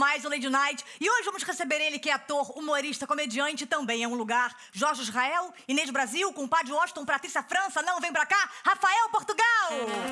mais o Lady Night. E hoje vamos receber ele, que é ator, humorista, comediante, também é um lugar. Jorge Israel, Inês Brasil, compadre Washington, Patrícia França, não vem pra cá, Rafael Portugal!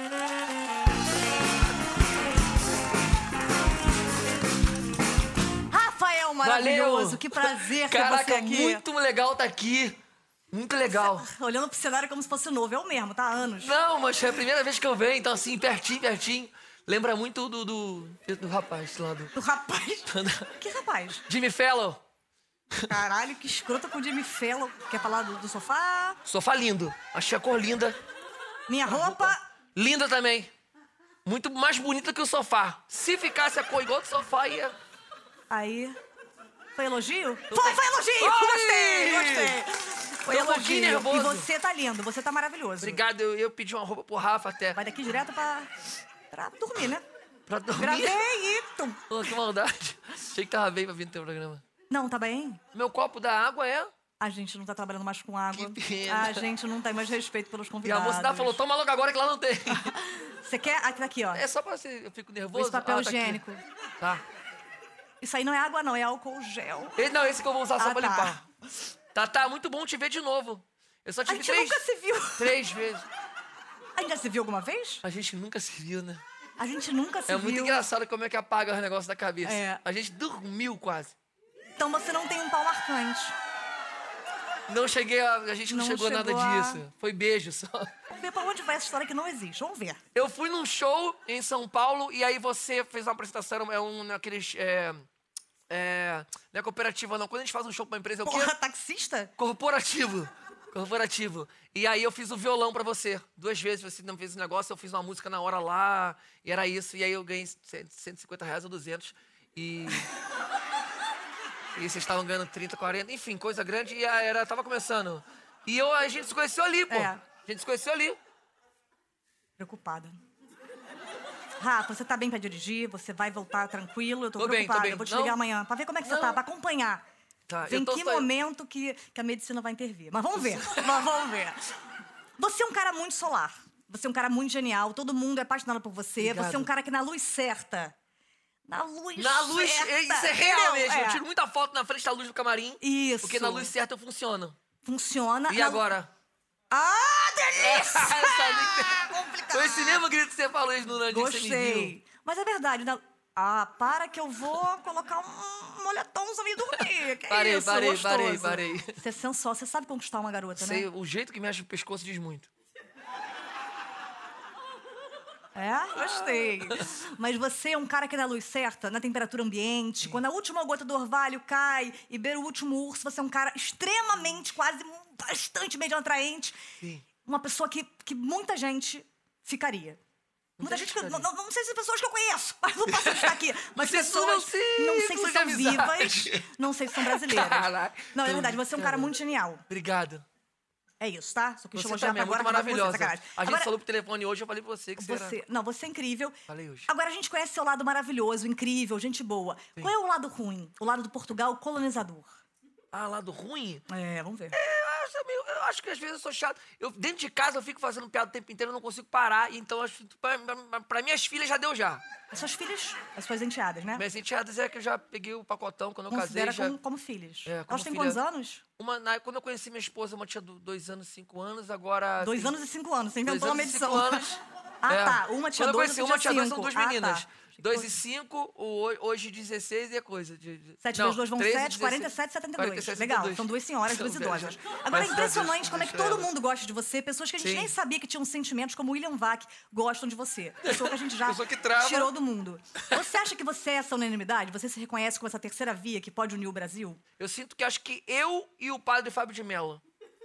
Rafael maravilhoso, Valeu. Que prazer ter Caraca, você aqui. muito legal estar aqui. Muito legal. Olhando pro cenário como se fosse novo, é o mesmo, tá há anos. Não, mas é a primeira vez que eu venho, então assim, pertinho. Lembra muito do rapaz lá do... Do rapaz? Que rapaz? Jimmy Fallon. Caralho, que escrota com o Jimmy Fallon. Quer falar do sofá? Sofá lindo. Achei a cor linda. Minha roupa? Linda também. Muito mais bonita que o sofá. Se ficasse a cor igual do sofá, ia... Aí... Foi elogio? Eu Foi tenho- elogio! Oi! Gostei! Foi Tô um pouquinho elogio. nervoso. E você tá lindo, você tá maravilhoso. Obrigado, eu pedi uma roupa pro Rafa até. Vai daqui direto pra dormir, né? Pra dormir. Gravei e... tum. Pô, que maldade. Achei que tava bem pra vir no teu programa. Não, tá bem? Meu copo da água é... A gente não tá trabalhando mais com água. Que pena. A gente não tem mais respeito pelos E a convidados. moça da falou, toma logo agora que lá não tem. Você quer? Ah, tá aqui, ó. É só pra ser... Eu fico nervoso. Esse papel tá aqui. higiênico. Tá. Isso aí não é água, não. É álcool gel. Não, esse que eu vou usar só pra tá. limpar. Tá, muito bom te ver de novo. Eu só A tive gente nunca se viu. 3 vezes. A gente já se viu alguma vez? A gente nunca se viu, né? A gente nunca se É viu. muito engraçado como é que apaga os negócios da cabeça. É. A gente dormiu quase. Então você não tem um pau marcante. Não cheguei a gente não Não chegou nada chegou a- disso. Foi beijo só. Vamos ver pra onde vai essa história que não existe. Vamos ver. Eu fui num show em São Paulo e aí você fez uma apresentação, naqueles... não é cooperativa, não. Quando a gente faz um show pra uma empresa, é o quê? Porra, taxista? Corporativo. E aí eu fiz o violão pra você. 2 vezes você não fez esse negócio, eu fiz uma música na hora lá, e era isso. E aí eu ganhei R$150 ou 200. E vocês estavam ganhando 30, 40, enfim, coisa grande. E tava começando. E a gente se conheceu ali, pô. É. A gente se conheceu ali. Preocupada. Rafa, você tá bem pra dirigir? Você vai voltar tranquilo? Eu tô Tô bem, preocupada. tô bem. Eu vou te Não. ligar amanhã pra ver como é que você Não. tá, pra acompanhar. Tá, Vem eu tô que só- momento que a medicina vai intervir. Mas vamos ver. Mas vamos ver. Você é um cara muito solar. Você é um cara muito genial. Todo mundo é apaixonado por você. Obrigado. Você é um cara que na luz certa. Na luz Na luz, certa. isso é real entendeu? mesmo. É. Eu tiro muita foto na frente da luz do camarim. Isso. Porque na luz certa eu funciono. Funciona. E agora? Ah, delícia! Complicado. Foi esse mesmo grito que você falou isso no dia que você me viu. Gostei. Mas é verdade. Para que eu vou colocar um moletomzão e dormir. Que Parei, isso, parei, gostoso. parei. Você é sensual. Você sabe conquistar uma garota, Sei, né? o jeito que mexe o pescoço diz muito. É? Gostei. Mas você é um cara que na luz certa, na temperatura ambiente, quando a última gota do orvalho cai e beira o último urso, você é um cara extremamente, quase bastante meio atraente. Sim. Uma pessoa que muita gente ficaria. Muita gente que... ficaria. Não sei se pessoas que eu conheço, mas não posso estar aqui. Mas Você pessoas... não sei, não sei se de são amizade. vivas, não sei se são brasileiras. Caraca. Não, é verdade, você é um cara muito genial. Obrigado. É isso, tá? Só quis te Você elogiar também é pra muito agora, acabar com você, maravilhosa. sacanagem. A gente Agora, falou pro telefone hoje, eu falei pra você que você era... Não, você é incrível. Falei hoje. Agora a gente conhece seu lado maravilhoso, incrível, gente boa. Sim. Qual é o lado ruim? O lado do Portugal colonizador. Ah, lado ruim? É, vamos ver. Eu acho que às vezes eu sou chato. Dentro de casa eu fico fazendo piada o tempo inteiro, eu não consigo parar. Então, pra minhas filhas já deu já. As suas filhas, as suas enteadas, né? Minhas enteadas é que eu já peguei o pacotão quando eu Considera casei. como filhas. É, como Elas têm filha. quantos anos? Quando eu conheci minha esposa, uma tinha 2 anos e 5 anos, agora... 2 anos e 5 anos, você inventou 2 uma anos e medição. 5 anos. Ah, É. tá. Uma tinha Quando eu 2, conheci outra uma tinha 2, são 5. 2 Ah, meninas. tá. 2 e 5, hoje 16 e é coisa. 7 Não, vezes 2 vão 13, 7, 47, 72. 47, Legal, 72. são 2 senhoras, São 2 idosas. velhas. Agora é Mas, impressionante como é que deixa todo ela. mundo gosta de você. Pessoas que a gente Sim. nem sabia que tinham sentimentos, como William Vac, gostam de você. Pessoa que a gente já Pessoa que trava. tirou do mundo. Você acha que você é essa unanimidade? Você se reconhece como essa terceira via que pode unir o Brasil? Eu sinto que acho que eu e o padre Fábio de Mello.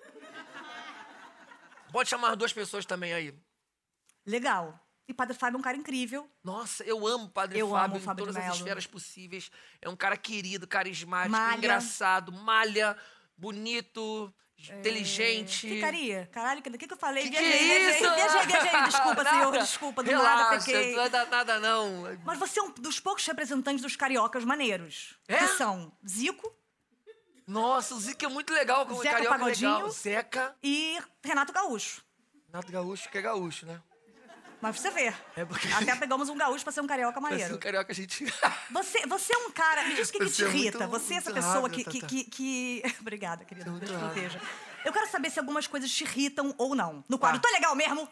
Pode chamar 2 pessoas também aí. Legal. E Padre Fábio é um cara incrível. Nossa, eu amo o Padre Eu Fábio amo o Fábio em de todas as Mello. esferas possíveis. É um cara querido, carismático, Malha. engraçado, malha, bonito, inteligente. Ficaria. Caralho, o que eu falei? Que é isso? Viajei. Desculpa, Nada. senhor. Desculpa, do Relaxa, nada pequei. não vai dar nada não. Mas você é um dos poucos representantes dos cariocas maneiros. É? Que são Zico Nossa, o Zico é muito legal, como Zeca carioca é Pagodinho. legal. Zeca, e Renato Gaúcho. Renato Gaúcho, que é gaúcho, né? Mas você vê. É porque... Até pegamos um gaúcho pra ser um carioca Pra maneiro. ser um carioca, a gente... Você é um cara... Me diz o que te Você é irrita. muito- Você é essa muito pessoa rápido, Tatá. que... Obrigada, querida. Você é muito Deus te rápido. proteja. Eu quero saber se algumas coisas te irritam ou não. No quadro, Tá. tá legal mesmo?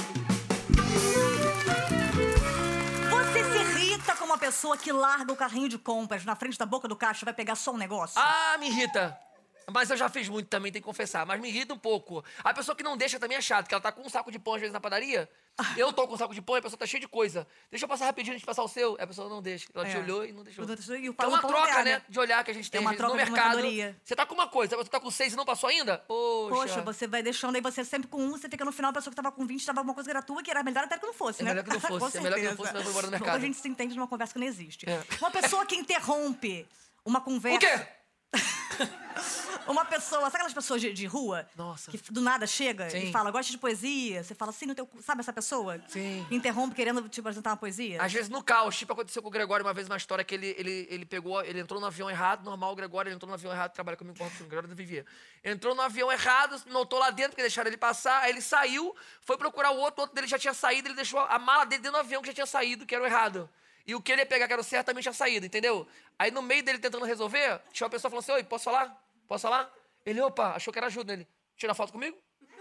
Você se irrita com uma pessoa que larga o carrinho de compras na frente da boca do caixa e vai pegar só um negócio? Ah, me irrita. Mas eu já fiz muito também, tem que confessar. Mas me irrita um pouco. A pessoa que não deixa também é chata, que ela tá com um saco de pão às vezes na padaria. Eu tô com um saco de pão e a pessoa tá cheia de coisa. Deixa eu passar rapidinho antes de passar o seu. A pessoa não deixa. Ela te olhou e não deixou. E o É uma pão troca, pega. né? De olhar que a gente tem. É uma Às vezes, troca no de mercado. mercadoria. Você tá com uma coisa, você tá com 6 e não passou ainda? Poxa, você vai deixando aí, você sempre com um, você fica no final, a pessoa que tava com 20 tava alguma coisa que era tua, que era melhor até que não fosse, É né? melhor que não fosse, Com é melhor que não certeza. fosse, mas eu vou embora do Ou mercado. a gente se entende numa conversa que não existe. É. Uma pessoa que interrompe uma conversa... O quê? Uma pessoa, sabe aquelas pessoas de rua? Nossa. Que do nada chega Sim. e fala, gosta de poesia? Você fala assim no teu... Sabe essa pessoa? Sim. Interrompe querendo te apresentar uma poesia? Às vezes no caos, tipo aconteceu com o Gregório uma vez, uma história que ele pegou, ele entrou no avião errado, normal, o Gregório, ele entrou no avião errado, trabalha comigo com o Gregório do Vivier. Entrou no avião errado, notou lá dentro, porque deixaram ele passar, aí ele saiu, foi procurar o outro dele já tinha saído, ele deixou a mala dele dentro do avião que já tinha saído, que era o errado. E o que ele ia pegar, que era o certo, também tinha saído, entendeu? Aí no meio dele tentando resolver, tinha uma pessoa falando assim, oi, posso falar? Posso falar? Ele, opa, achou que era ajuda ele. Tira foto comigo?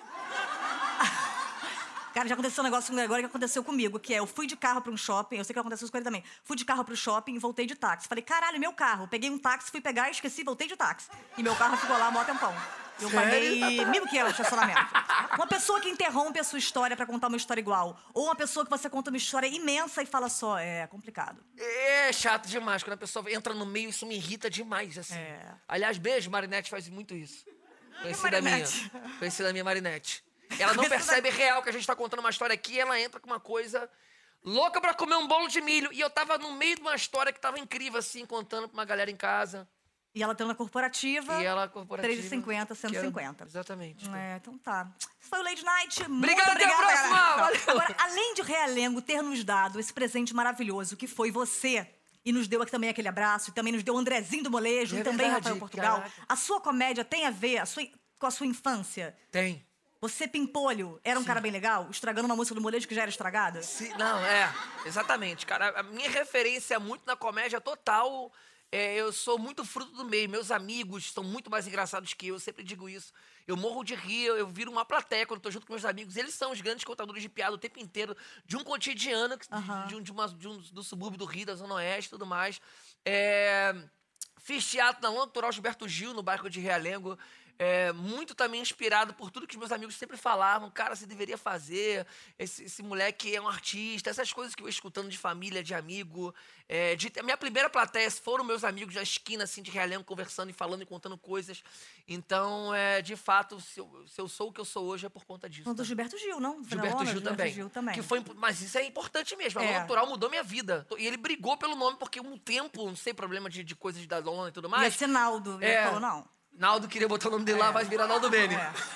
Cara, já aconteceu um negócio agora que aconteceu comigo, que é, eu fui de carro pra um shopping, eu sei que aconteceu isso com ele também. Fui de carro pro shopping e voltei de táxi. Falei, caralho, meu carro. Peguei um táxi, fui pegar, esqueci, voltei de táxi. E meu carro ficou lá mó tempão. Eu paguei R$1.500 de estacionamento. Uma pessoa que interrompe a sua história pra contar uma história igual. Ou uma pessoa que você conta uma história imensa e fala só, é complicado. É chato demais. Quando a pessoa entra no meio, isso me irrita demais, assim. É. Aliás, beijo, Marinette faz muito isso. Conhecida minha. Marinette? Conhecida minha Marinette. Ela não Conhecida- percebe real que a gente tá contando uma história aqui, ela entra com uma coisa louca pra comer um bolo de milho. E eu tava no meio de uma história que tava incrível, assim, contando pra uma galera em casa. E ela tem uma corporativa, E ela corporativa. 3,50, que 150. era- Exatamente. É, então tá. Isso foi o Lady Night. Muito Obrigado, até a obrigada, próxima! galera. Valeu! Agora, além de Realengo ter nos dado esse presente maravilhoso que foi você, e nos deu aqui também aquele abraço, e também nos deu o Andrezinho do Molejo, É e também verdade, Rafael Portugal, caraca. a sua comédia tem a ver com a sua infância? Tem. Você, Pimpolho, era um cara bem legal, estragando uma música do Molejo que já era estragada? Não, exatamente, cara. A minha referência é muito na comédia total. Eu sou muito fruto do meio. Meus amigos são muito mais engraçados que eu sempre digo isso. Eu morro de rir, eu viro uma plateia quando tô junto com meus amigos. Eles são os grandes contadores de piada o tempo inteiro, de um cotidiano, do subúrbio do Rio, da Zona Oeste e tudo mais. Fiz teatro na Natural Gilberto Gil, no bairro de Realengo. Muito também inspirado por tudo que os meus amigos sempre falavam. Cara, você deveria fazer. Esse moleque é um artista. Essas coisas que eu ia escutando de família, de amigo. A minha primeira plateia foram meus amigos da esquina, assim, de Realengo, conversando e falando e contando coisas. Então, de fato, se eu sou o que eu sou hoje, é por conta disso. Não, do Gilberto Gil, não? Gilberto Gil também. Gil também. Mas isso é importante mesmo. A Lona Natural mudou minha vida. E ele brigou pelo nome, porque um tempo, não sei, problema de coisas da Lona e tudo mais. Ia ser Naldo. Ele falou, não. Naldo queria botar o nome dele lá, vai virar Naldo Bene.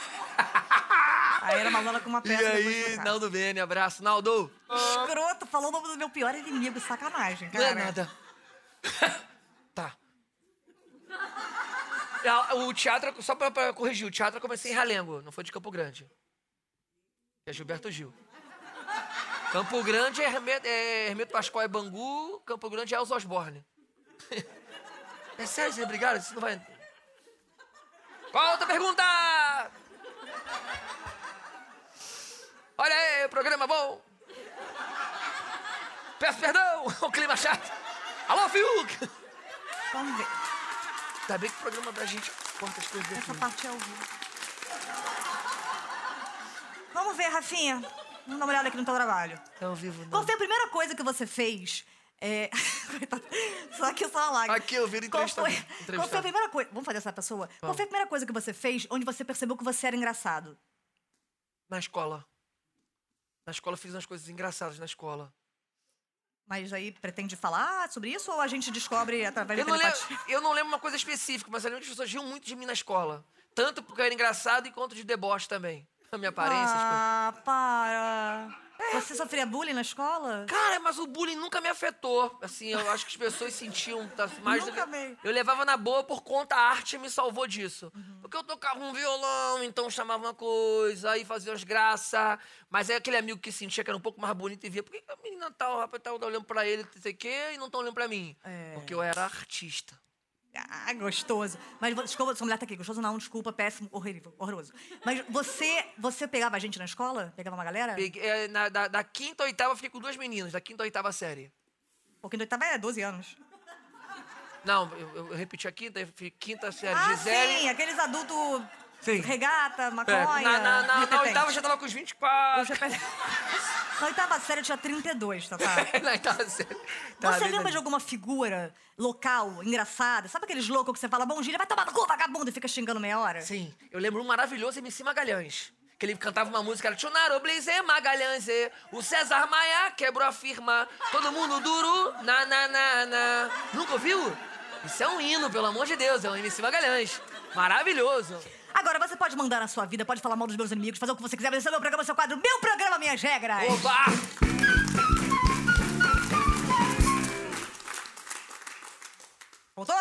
Aí era Malona com uma E peça depois aí, pra cá. Naldo Bene, abraço. Naldo! Escroto, falou o nome do meu pior inimigo, sacanagem, Não cara. é nada. Tá. O teatro, só pra corrigir, o teatro eu comecei em Realengo, não foi de Campo Grande. É Gilberto Gil. Campo Grande é Hermeto Pascoal e Bangu, Campo Grande é Elza Osborne. É sério, vocês brigaram? Você não vai... Qual a outra pergunta? Olha aí, programa bom. Peço perdão, o clima chato. Alô, Fiuk! Vamos ver. Tá bem que o programa da gente corta as coisas daqui. Essa parte é ao vivo. Vamos ver, Rafinha. Vamos dar uma olhada aqui no teu trabalho. É ao vivo, não. Qual foi a primeira coisa que você fez? Só que só uma lágrima. Aqui eu viro Qual foi entrevistado. a primeira coisa... Vamos fazer essa pessoa? Qual foi a primeira coisa que você fez onde você percebeu que você era engraçado? Na escola. Na escola eu fiz umas coisas engraçadas na escola. Mas aí pretende falar sobre isso ou a gente descobre através Eu da não, telepatia? lembro, eu não lembro uma coisa específica, mas ali as pessoas riam muito de mim na escola. Tanto porque eu era engraçado, quanto de deboche também. A minha aparência, as coisas. Ah, para. Você sofria bullying na escola? Cara, mas o bullying nunca me afetou. Assim, eu acho que as pessoas sentiam mais... Nunca me... Eu levava na boa por conta, a arte me salvou disso. Porque eu tocava um violão, então chamava uma coisa, aí fazia umas graças. Mas é aquele amigo que sentia que era um pouco mais bonito e via, por que a menina tal, o rapaz tá olhando pra ele, não sei o quê, e não tá olhando pra mim? Porque eu era artista. Ah, gostoso. Mas, desculpa, sua mulher tá aqui. Gostoso não, desculpa, péssimo, horrível, horroroso. Mas você pegava a gente na escola? Pegava uma galera? Da quinta à oitava eu fiquei com 2 meninas, da quinta à oitava série. Porque no oitava é 12 anos. Não, eu repeti a quinta, eu fiquei quinta série, Ah, Gisele. sim, aqueles adultos... Sim. Regata, maconha... Na oitava eu já tava com os 24. Na oitava série eu tinha 32, tá? Na oitava série. Você lembra de alguma figura local, engraçada? Sabe aqueles loucos que você fala, bom dia, vai tomar no cu, vagabundo, e fica xingando meia hora? Sim, eu lembro um maravilhoso MC Magalhães. Que ele cantava uma música, era Tchunaro Blaze Magalhães, o César Maia quebrou a firma, todo mundo duro, na. Nunca ouviu? Isso é um hino, pelo amor de Deus, é um MC Magalhães. Maravilhoso. Agora, você pode mandar na sua vida, pode falar mal dos meus inimigos, fazer o que você quiser, mas esse é o meu programa, seu quadro, meu programa, minhas regras. Oba! Voltou?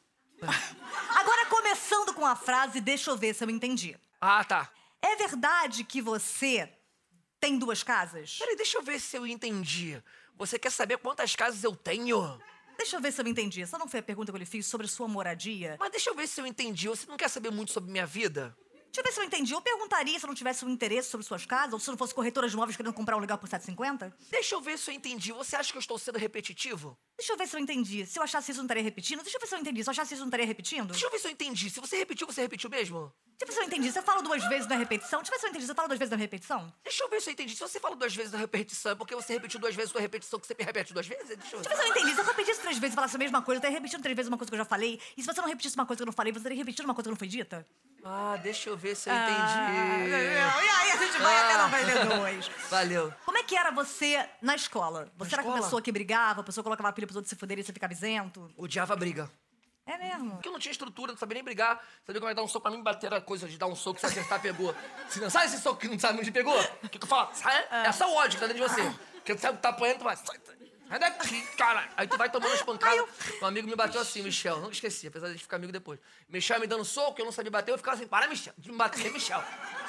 Agora, começando com a frase, deixa eu ver se eu entendi. Ah, tá. É verdade que você tem 2 casas? Peraí, deixa eu ver se eu entendi. Você quer saber quantas casas eu tenho? Deixa eu ver se eu entendi. Essa não foi a pergunta que eu lhe fiz sobre sua moradia? Mas deixa eu ver se eu entendi. Você não quer saber muito sobre minha vida? Deixa eu ver se eu entendi. Eu perguntaria se eu não tivesse um interesse sobre suas casas, ou se eu não fosse corretora de imóveis querendo comprar um lugar por 7,50? Deixa eu ver se eu entendi. Você acha que eu estou sendo repetitivo? Deixa eu ver se eu entendi. Se eu achasse isso, eu não estaria repetindo? Deixa eu ver se eu entendi. Se eu achasse isso, eu não estaria repetindo? Deixa eu ver se eu entendi. Se você repetiu mesmo? Deixa eu ver se eu entendi. Você fala 2 vezes na repetição? Deixa eu ver se eu entendi. Você fala 2 vezes na repetição? Deixa eu ver se eu entendi. Se você fala 2 vezes na repetição, é porque você repetiu 2 vezes com a repetição que você me repete 2 vezes? Deixa eu ver. Deixa eu ver se eu entendi. Se eu repetisse 3 vezes e falasse a mesma coisa, eu estaria repetindo 3 vezes uma coisa que eu já falei. E se você não repetisse uma coisa que eu não falei, você estaria repetindo uma coisa que não foi dita? Ah, deixa eu ver se eu entendi. E aí a gente vai até 92. Valeu. Como é que era você na escola? Você era escola? aquela pessoa que brigava, a pessoa que colocava a pilha pros outros se fuderem e você ficava isento? Odiava a briga. É mesmo? Porque eu não tinha estrutura, não sabia nem brigar. Sabia como é dar um soco pra mim, bater a coisa de dar um soco, se acertar, pegou. Se não sabe esse soco que não sabe onde pegou? O que eu falo? É só o ódio que tá dentro de você. Porque tu sabe que tá apanhando, tu vai... Sai daqui, cara. Aí tu vai tomando as pancadas. Um amigo me bateu assim, Michel. Nunca esqueci, apesar de a gente ficar amigo depois. Michel me dando soco, eu não sabia bater, eu ficava assim, para, Michel, de me bater, Michel.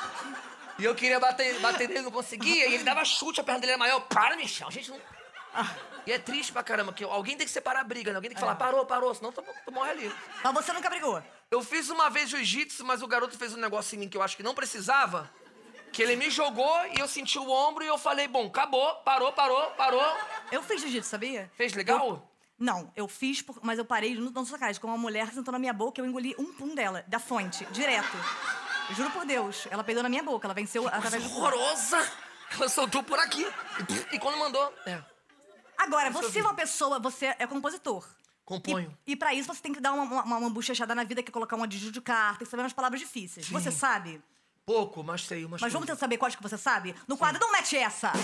E eu queria bater nele, não conseguia, e ele dava chute, a perna dele era maior. Para, Michel, a gente não... E é triste pra caramba, que alguém tem que separar a briga, né? Alguém tem que falar, parou, senão tu morre ali. Mas você nunca brigou? Eu fiz uma vez jiu-jitsu, mas o garoto fez um negócio em mim que eu acho que não precisava. Que ele me jogou e eu senti o ombro e eu falei, bom, acabou, parou. Eu fiz jiu-jitsu, sabia? Fez legal? Não, eu fiz, mas eu parei, não sacanagem, com uma mulher sentou na minha boca, eu engoli um pum dela, da fonte, direto. Juro por Deus, ela peidou na minha boca, ela venceu através do... Horrorosa! Ela soltou por aqui. E quando mandou... Agora, você é uma pessoa, você é compositor. Componho. E pra isso você tem que dar uma bochechada na vida, que é colocar um adjunto de carta, tem que saber umas palavras difíceis. Sim. Você sabe? Pouco, mas sei umas Mas vamos tentar saber quais que você sabe? No quadro, não mete essa!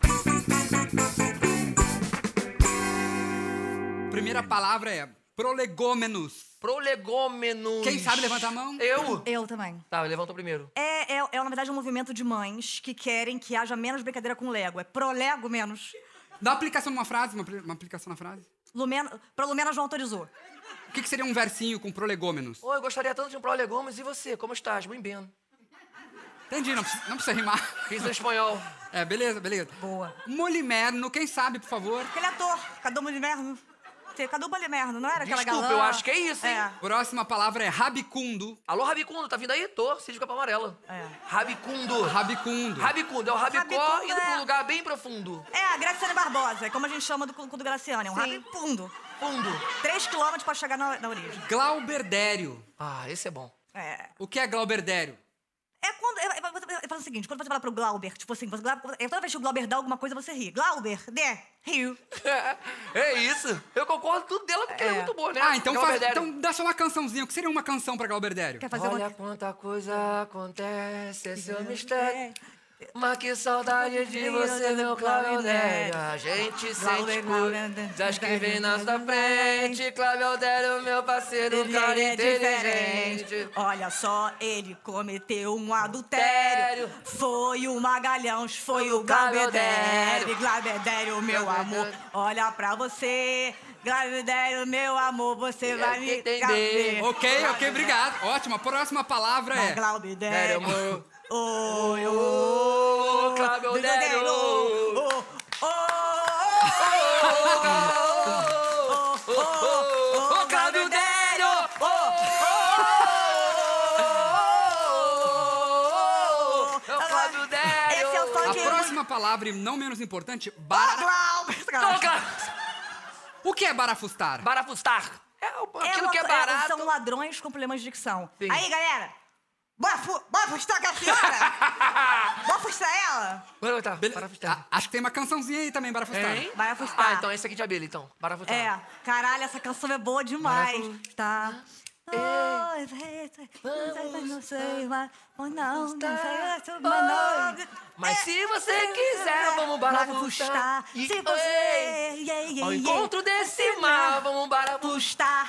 Primeira palavra é prolegômenos. Prolegômenos. Quem sabe levanta a mão? Eu também. Tá, levanta primeiro. Na verdade, um movimento de mães que querem que haja menos brincadeira com Lego. É prolego menos. Dá uma aplicação numa frase, uma aplicação na frase. Lumena não autorizou. O que seria um versinho com prolegômenos? Eu gostaria tanto de um prolegômenos. E você, como estás? Muito bem. Entendi, não precisa rimar. Fiz no espanhol. Beleza. Boa. Molimerno, quem sabe, por favor? Aquele ator, Cadu Molimerno. Cadu Molimerno, não era aquela galã? Desculpa, eu acho que é isso, hein? Próxima palavra é rabicundo. Alô, Rabicundo, tá vindo aí? Tô, Cid Capa Amarela. Rabicundo. Rabicundo. Rabicundo, é o Rabicó Rabicundo indo pra um lugar bem profundo. A Graciane Barbosa, é como a gente chama do Graciane, é um rabicundo. Fundo. 3 quilômetros pra chegar na origem. Glauberdério. Ah, esse é bom. O que é glauberdério? É quando... Eu falo o seguinte, quando você fala pro Glauber, tipo assim, toda vez que o Glauber dá alguma coisa, você ri. Glauber, riu. É isso. Eu concordo tudo dela, porque ela é muito boa, né? Então dá só uma cançãozinha. O que seria uma canção pra Glauberdério? Quer fazer Olha quanta coisa acontece, esse é o mistério. Mas que saudade de você, meu Claudério. A gente sente coisas que vem na sua frente. Claudério, meu parceiro, cara inteligente. Olha só, ele cometeu um adultério. Foi o Magalhães, foi o Glaubedério. Glaubedério, meu amor, olha pra você. Glaubedério, meu amor, você vai me entender. Ok, obrigado. Ótimo, a próxima palavra é... Glaubedério, amor. oi, Ô, Glaubedério. Ô, Glaubedério. Esse é o som A de... próxima palavra, e não menos importante, O que é barafustar? Barafustar. É aquilo que é barato. São ladrões com problemas de dicção. Sim. Aí, galera, bora fustar aquela senhora? Bora fustar ela? Bora botar. Acho que tem uma cançãozinha aí também, barafustar. Hein? Bora fustar. Ah, então esse aqui de abelha, então. Barafustar. É, caralho, essa canção é boa demais. Tá. Não sei, mas não sei. Mas se você quiser, vamos barafustar. Se você... Ao encontro desse mar, vamos barafustar.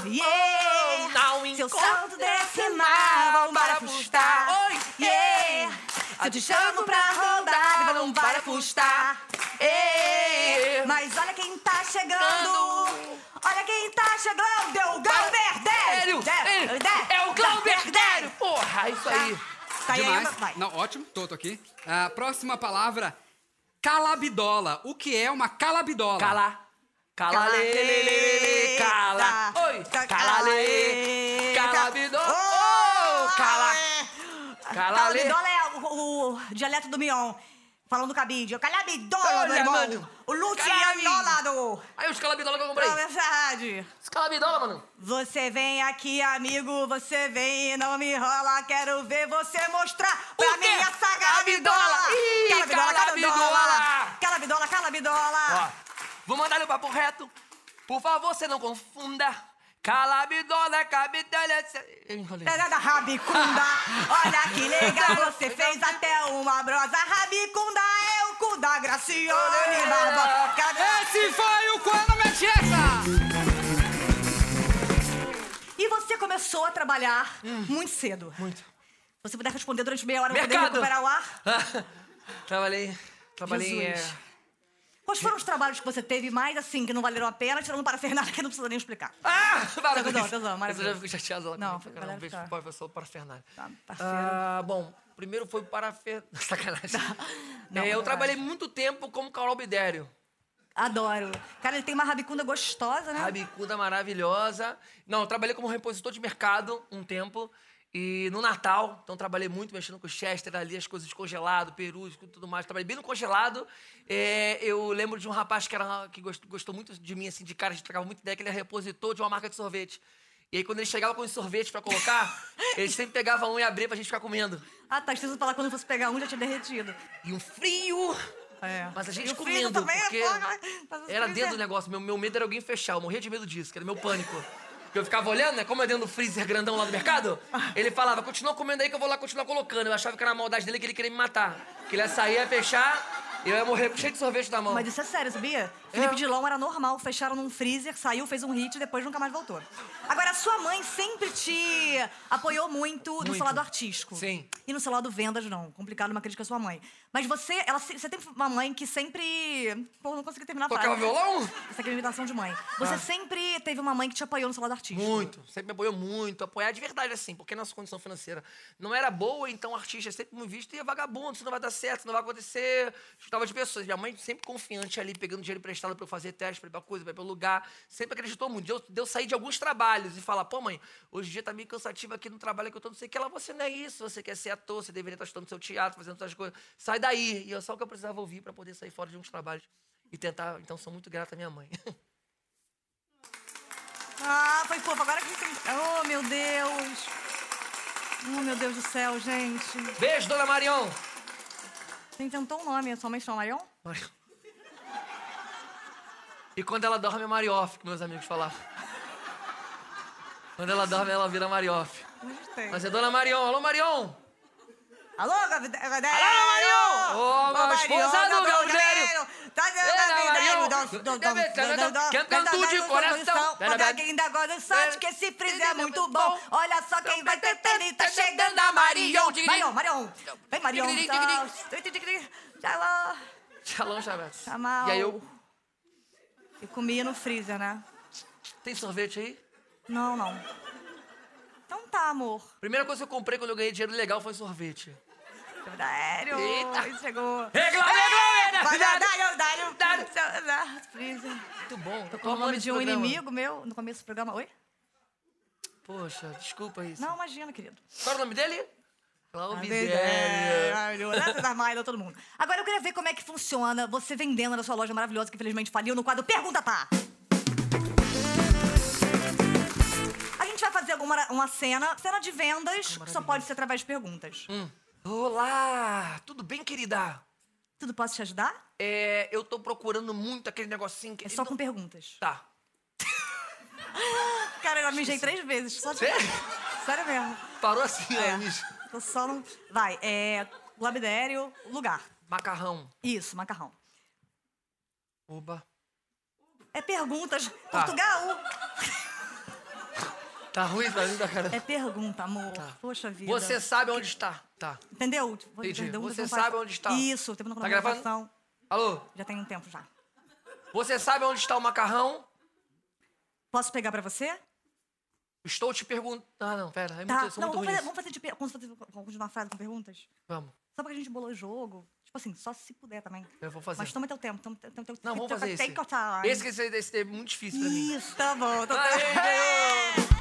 Se eu salto desse mar, vamos barafustar. Se eu te chamo pra rodar, vamos barafustar. Mas olha quem tá chegando. Olha quem tá chegando, é o Glauberdério! É o Glauberdério! Porra, isso aí. Tá aí, Demais. vai. Não, ótimo, tô aqui. A próxima palavra, calabidola. O que é uma calabidola? Cala, lê, cala. Oi, cala, lê, calabidola. Cala, lê. Calabidola é o dialeto do Mion. Falando do cabide. O calabidola, meu irmão. O Luciano. Aí os calabidola que eu comprei. É verdade. Os calabidola, mano. Você vem aqui, amigo, você vem e não me enrola. Quero ver você mostrar pra mim essa calabidola. Calabidola. Ó, vou mandar o papo reto. Por favor, você não confunda. Calabidola, cabidola... Eu enrolei. Da rabicunda. Olha que legal, você fez até uma brosa. Rabicunda é o cu da Graciane Barbosa. Esse foi o Quando Mete Essa! E você começou a trabalhar muito cedo. Muito. Se você puder responder durante meia hora, eu vou poder Mercado. recuperar o ar. Trabalhei Jesus. Quais foram os trabalhos que você teve mais, assim, que não valeram a pena, tirando para Fernanda, que não precisa nem explicar? Para Tesão, com isso. maravilhoso. Eu já fico chateado lá. Não, comigo. galera, Um beijo fica- pro professor Parafernália. Tá, parceiro. Bom, primeiro foi o Parafernália. Sacanagem. Não, Eu não trabalhei acho. muito tempo como Glaubedério. Adoro. Cara, ele tem uma rabicunda gostosa, né? Rabicuda maravilhosa. Não, eu trabalhei como repositor de mercado um tempo. E no Natal, então trabalhei muito mexendo com o Chester ali, as coisas de congelado, perus e tudo mais. Trabalhei bem no congelado. Eu lembro de um rapaz que gostou muito de mim, assim, de cara, a gente trocava muita ideia, que ele era repositor de uma marca de sorvete. E aí, quando ele chegava com os sorvetes pra colocar, ele sempre pegava um e abria pra gente ficar comendo. Ah, tá. Esqueci de falar quando fosse pegar um, já tinha derretido. E um frio! É. Mas a gente E o comendo, frio também porque é fogo, né? Mas o era freezer- dentro do negócio. Meu medo era alguém fechar. Eu morria de medo disso, que era meu pânico. Porque eu ficava olhando, né? Como é dentro do freezer grandão lá do mercado, ele falava, continua comendo aí que eu vou lá continuar colocando. Eu achava que era a maldade dele, que ele queria me matar. Que ele ia sair, ia fechar, e eu ia morrer cheio de sorvete na mão. Mas isso é sério, sabia? Felipe Dilon era normal, fecharam num freezer, saiu, fez um hit e depois nunca mais voltou. Agora, sua mãe sempre te apoiou muito no seu lado artístico. Sim. E no seu lado vendas, não. Complicado uma crítica à sua mãe. Mas você tem uma mãe que sempre... Pô, não consegui terminar a frase. Tocava violão? Isso aqui é uma imitação de mãe. Você sempre teve uma mãe que te apoiou no seu lado artístico. Muito. Sempre me apoiou muito. Apoiar de verdade, assim, porque nossa condição financeira não era boa, então o artista é sempre me visto e é vagabundo, isso não vai dar certo, isso não vai acontecer. Escutava de pessoas. Minha mãe sempre confiante ali, pegando dinheiro emprestado pra eu fazer teste, pra ir pra coisa, pra ir pra lugar. Sempre acreditou muito. De eu sair de alguns trabalhos e falar, pô, mãe, hoje em dia tá meio cansativo aqui no trabalho que eu tô, não sei o que lá, você não é isso, você quer ser ator, você deveria estar estudando seu teatro, fazendo outras coisas. Sai daí. E eu só o que eu precisava ouvir pra poder sair fora de uns trabalhos e tentar. Então, sou muito grata à minha mãe. Ah, foi fofo. Agora que você... Oh, meu Deus. Oh, meu Deus do céu, gente. Beijo, dona Marion! Você inventou um nome. Sua mãe chama Marion? Marion. E quando ela dorme é Marioff, que meus amigos falavam. Quando ela dorme, ela vira Marioff. Gostei. Mas é Dona Marion. Alô, Marion! Alô, Gabriel! Alô, Ô, uma esposa do Gabriel! Cantando de coração! Ainda agora sorte que esse freezer é muito bom! Olha só quem vai tentando e tá chegando a Marion! Marion! Vem, Marion! Tchau! Shalom, Shabbat. Chamal. E aí eu... Eu comia no freezer, né? Tem sorvete aí? Não. Então tá, amor. Primeira coisa que eu comprei quando eu ganhei dinheiro legal foi sorvete. Sério? Eita. Ele chegou. Freezer. Muito bom. Tô com o nome de um inimigo meu no começo do programa. Oi? Poxa, desculpa isso. Não, imagina, querido. Qual é o nome dele? Cláudio. Todo mundo. Agora eu queria ver como é que funciona você vendendo na sua loja maravilhosa que infelizmente faliu no quadro Pergunta Tá. A gente vai fazer uma cena de vendas que só pode ser através de perguntas. Olá, tudo bem, querida? Tudo posso te ajudar? Eu tô procurando muito aquele negocinho que... É só com perguntas. Tá. Cara, eu mijei 3 vezes. Só de... Sério? Sério mesmo. Parou assim, ó, nisso. Tô só não... Vai, labidério, lugar. Macarrão. Isso, macarrão. Oba. É perguntas. Tá. Portugal. Tá ruim pra mim da cara. É pergunta, amor. Tá. Poxa vida. Você sabe onde está. Tá. Entendeu? Entendi. Pergunta, Você não sabe faz- onde está. Isso, tempo Tá gravando? gravação. Alô? Já tem um tempo já. Você sabe onde está o macarrão? Posso pegar pra você? Estou te perguntando... Ah, não, pera. É Tá. muito, sou Não, muito ruim nisso. vamos continuar a frase com perguntas? Vamos. Só porque a gente bolou o jogo. Tipo assim, só se puder também. Eu vou fazer. Mas toma teu tempo. Toma teu tempo. Não, vamos fazer esse. Take your time. Esse é muito difícil pra mim. Isso, tá bom. Tá Aê, bom. ganhou!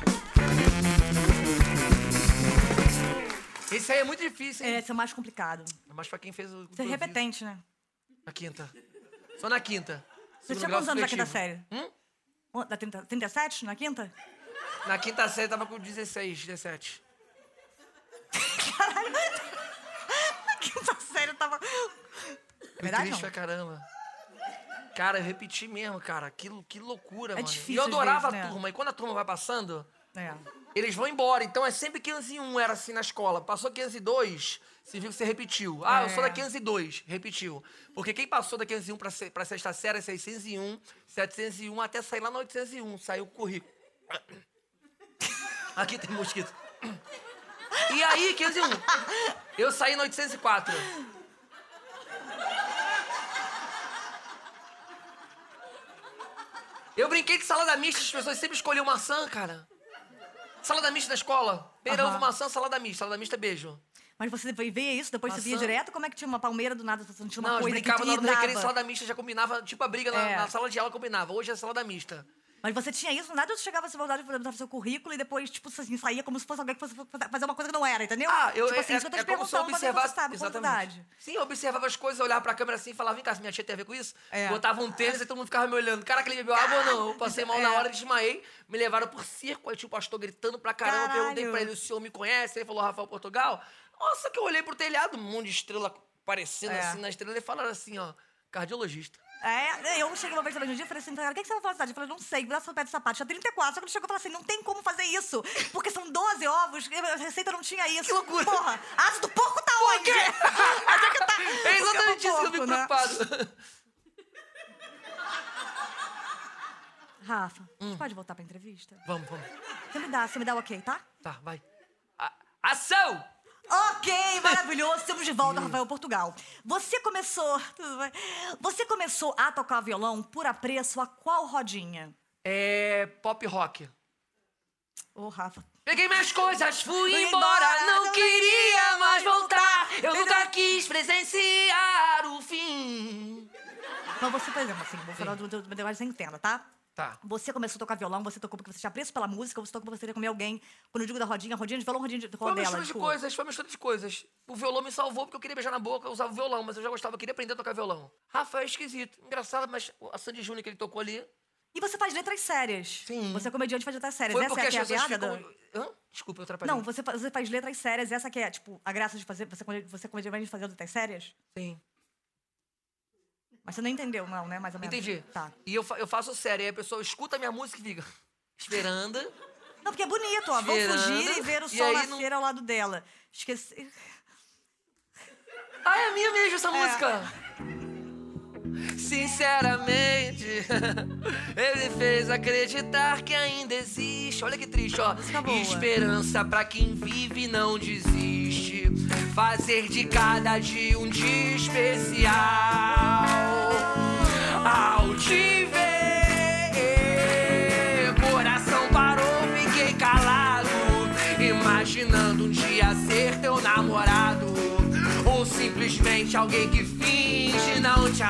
Esse aí é muito difícil, hein? Esse é o mais complicado. É mais pra quem fez o... Você é repetente, né? Na quinta. Só na quinta. Você Segundo tinha grau quantos anos na quinta supletivo. série? Da 37, na quinta? Na quinta série tava com 16, 17. Caralho. Na quinta série eu tava... É verdade, Triste pra não? caramba. Cara, eu repeti mesmo, cara. Que loucura, mano. difícil E eu às adorava vezes, né? a turma. E quando a turma vai passando, É. eles vão embora. Então é sempre 501, era assim na escola. Passou 502, você viu que você repetiu. Ah, eu sou da 502, repetiu. Porque quem passou da 501 pra sexta série é 601, 701, até sair lá na 801. Saiu o currículo. Aqui tem mosquito. E aí, 501, eu saí na 804. Eu brinquei que salada mista, as pessoas sempre escolhiam maçã, cara. Salada mista da escola. Beira, ovo, maçã, salada mista, beijo. Mas você via isso, depois você via Maçã. direto? Como é que tinha uma palmeira do nada, você não tinha uma Não, eu coisa brincava que na hora do recreio, dava? salada mista já combinava, tipo a briga na sala de aula combinava. Hoje é salada mista. Mas você tinha isso, do nada você chegava, você voltava e dava seu currículo e depois, tipo, assim, saía como se fosse alguém que fosse fazer uma coisa que não era, entendeu? Tipo assim, isso que eu tô te como se eu perguntando, quando você observasse... sabe, com quantidade. Sim, eu observava as coisas, olhava pra câmera assim e falava, vem cá, minha tia tem a ver com isso? É. Botava um tênis e todo mundo ficava me olhando. Cara, que ele bebeu água ou não? Eu passei mal na hora, desmaiei, me levaram por circo, aí tinha o pastor gritando pra caramba, eu perguntei Caralho. pra ele, o senhor me conhece? Ele falou, Rafael Portugal. Nossa, que eu olhei pro telhado, um monte de estrela aparecendo assim na estrela, e falaram assim, ó, cardiologista. Eu cheguei uma vez também no dia e falei assim, cara, o que você vai fazer? Eu falei, não sei, braço no pé de sapato, tinha 34. Só que ele chegou e falou assim, não tem como fazer isso, porque são 12 ovos, a receita não tinha isso. Que loucura. Porra, asa do porco tá onde? Onde é que tá? É exatamente isso que eu Porco, fico né? preocupado. Rafa, a gente pode voltar pra entrevista? Vamos. Você me dá o ok, tá? Tá, vai. Ação! Ok, maravilhoso. Estamos de volta, Rafael Portugal. Você começou a tocar violão por apreço a qual rodinha? É pop rock. Ô, Rafa. Peguei minhas coisas, fui Fui embora, embora, não não queria mais voltar. Eu Entendeu? nunca quis presenciar o fim. Então você, por exemplo, assim, vou falar do negócio que você entenda, tá? Tá. Você começou a tocar violão, você tocou porque você tinha apreço pela música, ou você tocou porque você queria comer alguém. Quando eu digo da rodinha de violão, rodinha de Foi uma rodela. mistura de coisas, foi uma mistura de coisas. O violão me salvou porque eu queria beijar na boca, eu usava o violão, mas eu já gostava, eu queria aprender a tocar violão. Rafa é esquisito, engraçado, mas a Sandy Júnior que ele tocou ali... E você faz letras sérias. Sim. Você é comediante e faz letras sérias. Foi Essa porque é as a pessoas piada? ficam... Desculpa, eu atrapalhei. Não, você faz letras sérias, essa que é, tipo, a graça de fazer... Você é comediante fazer letras sérias? Sim. Mas você não entendeu, não, né? Mais ou menos. Entendi. Tá. E eu faço sério, aí a pessoa escuta a minha música e fica esperando. Não, porque é bonito, ó. Vão Esperando. fugir e ver o E sol aí nascer não- ao lado dela. Esqueci... minha mesmo essa música. Sinceramente, ele fez acreditar que ainda existe. Olha que triste, ó. Esperança pra quem vive e não desiste. Fazer de cada dia um dia especial. Ao te ver, coração parou, fiquei calado, imaginando um dia ser teu namorado, ou simplesmente alguém que finge não te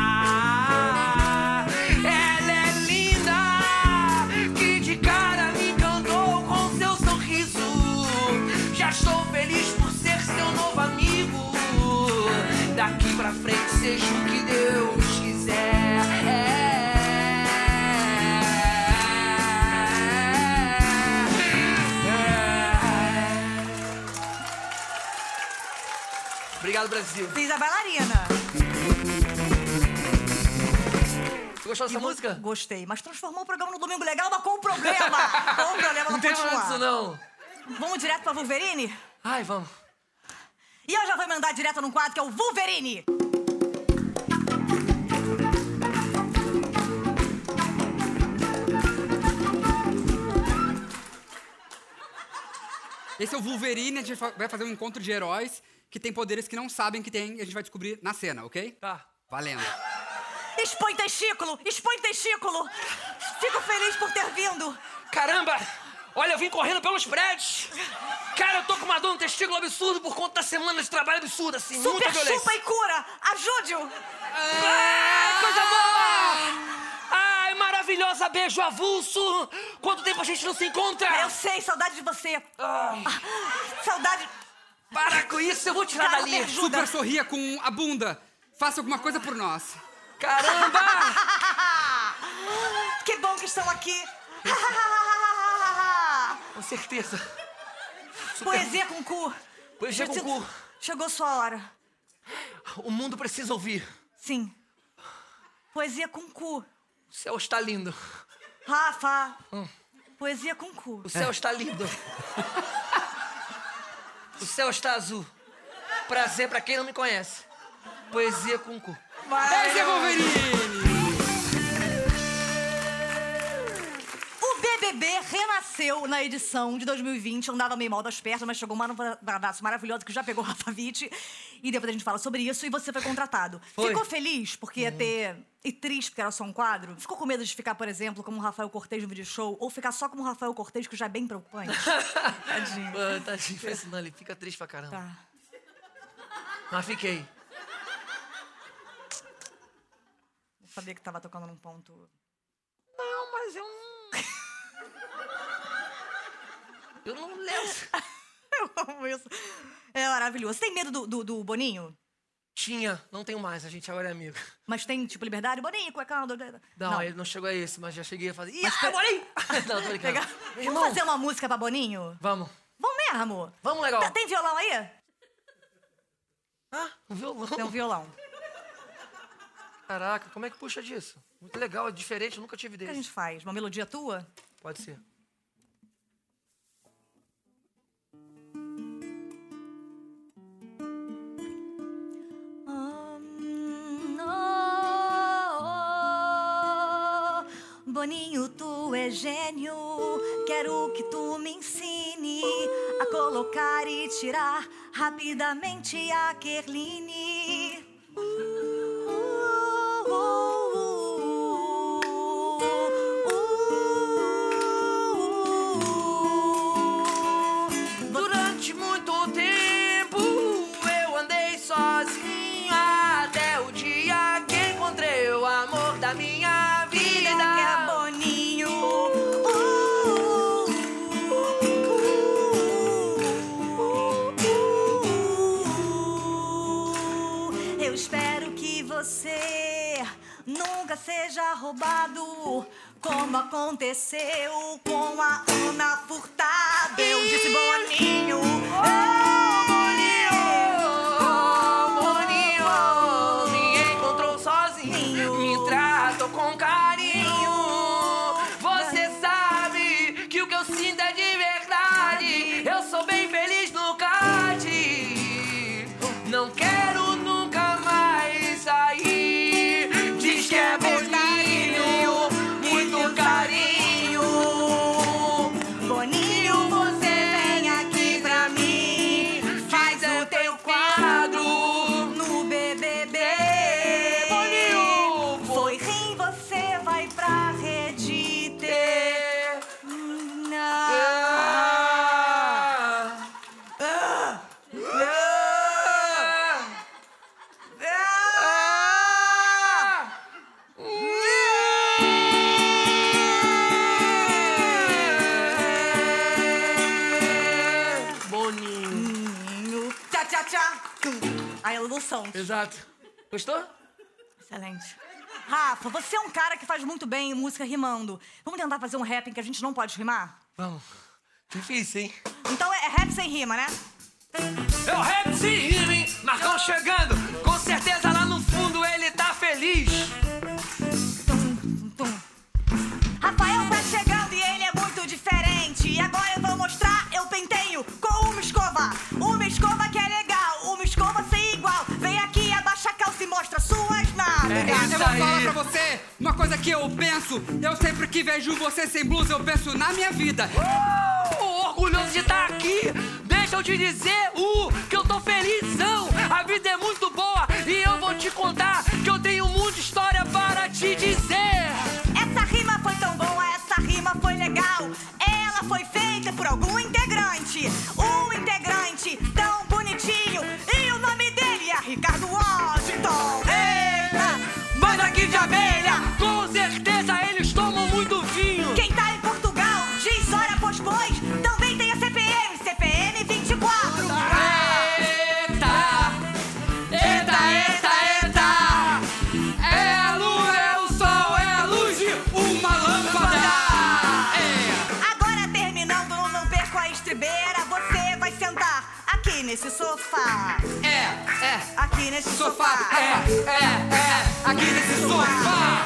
amar. Ela é linda, que de cara me encantou com seu sorriso. Já estou feliz por ser seu novo amigo. Daqui pra frente seja o que Deus quiser. Obrigado, Brasil. Fiz a bailarina. Você gostou dessa música? Gostei, mas transformou o programa no Domingo Legal, mas qual o problema? Qual o problema? Não tem problema disso, não. Vamos direto pra Wolverine? Ai, vamos. E eu já vou mandar direto num quadro que é o Wolverine. Esse é o Wolverine, a gente vai fazer um encontro de heróis que tem poderes que não sabem que tem e a gente vai descobrir na cena, ok? Tá. Valendo. Expõe testículo! Expõe testículo! Fico feliz por ter vindo. Caramba! Olha, eu vim correndo pelos prédios. Cara, eu tô com uma dor no testículo absurdo por conta da semana de trabalho absurda, assim, muita Super violência. chupa e cura! Ajude-o! Ah, coisa boa! Ai, maravilhosa, beijo avulso! Quanto tempo a gente não se encontra? Eu sei, saudade de você. Ai. Saudade... Para com isso, eu vou tirar Cara, dali. me ajuda. Super sorria com a bunda. Faça alguma coisa por nós. Caramba! Que bom que estão aqui. Com certeza. Poesia com cu. Poesia com cu. Chegou sua hora. O mundo precisa ouvir. Sim. Poesia com cu. O céu está lindo. Rafa. Poesia com cu. O céu está lindo. O céu está azul. Prazer pra quem não me conhece. Poesia com cu. Esse é Wolverine! O BBB renasceu na edição de 2020. Andava meio mal das pernas, mas chegou uma abraço maravilhosa que já pegou o Rafa Witt. E depois a gente fala sobre isso. E você foi contratado. Foi. Ficou feliz porque ia ter... E triste porque era só um quadro? Ficou com medo de ficar, por exemplo, como o Rafael Cortez no video show? Ou ficar só como o Rafael Cortez, que já é bem preocupante? Tadinho. Tadinho, faz não, ele fica triste pra caramba. Tá. Mas fiquei. Eu sabia que tava tocando num ponto... Não, mas eu não... Eu não lembro. Eu amo isso. É maravilhoso. Você tem medo do Boninho? Tinha, não tenho mais, a gente agora é amigo. Mas tem, tipo, liberdade? Boninho, cuecão... Não, ele não chegou a esse, mas já cheguei a fazer... Mas Boninho! Não, tô brincando. Pegar... Irmão, Vamos fazer uma música pra Boninho? vamos. Vamos mesmo? Vamos, legal. Tem violão aí? Ah, um violão. Tem um violão. Caraca, como é que puxa disso? Muito legal, é diferente, eu nunca tive O que a desse. gente faz? Uma melodia tua? Pode ser. Boninho, tu é gênio. Quero que tu me ensine a colocar e tirar rapidamente a Kerline. Durante muito tempo eu andei sozinho até o dia que encontrei o amor da minha vida. Que é Boninho. Eu espero que você nunca seja roubado, como aconteceu com a Ana Furtado. Eu disse Boninho. Boninho, me encontrou sozinho, me tratou com carinho. Você sabe que o que eu sinto é de verdade. Eu sou bem feliz no card. Não quero nunca A evolução. Exato. Gostou? Excelente. Rafa, você é um cara que faz muito bem música rimando. Vamos tentar fazer um rap em que a gente não pode rimar? Vamos. Difícil, hein? Então é rap sem rima, né? É o rap sem rima, hein? Marcão chegando. Com certeza lá no fundo ele tá feliz. Rafael tá chegando e ele é muito diferente. E agora eu vou mostrar, eu penteio com uma escova. Uma escova que é legal, uma escova sem igual. Vem aqui, abaixa a calça e mostra suas nádegas. Eu vou falar pra você uma coisa que eu penso. Eu sempre que vejo você sem blusa, eu penso na minha vida. Orgulhoso de estar aqui. Deixa eu te dizer, que eu tô felizão. A vida é muito boa e eu vou te contar que eu tenho muita história para te dizer. Essa rima foi tão boa, essa rima foi legal. Ela foi feita por algum integrante. Um integrante tão bonitinho. E o nome dele é Ricardo Washington. Eita, banda aqui de abelha. Com certeza eles tomam muito vinho. Quem tá em Portugal diz hora pois também tem a CPM, CPM 24. É a lua, é o sol, é a luz de uma lâmpada. Agora terminando, não perco a estribeira. Você vai sentar aqui nesse sofá. Aqui nesse sofá. Aqui nesse sofá.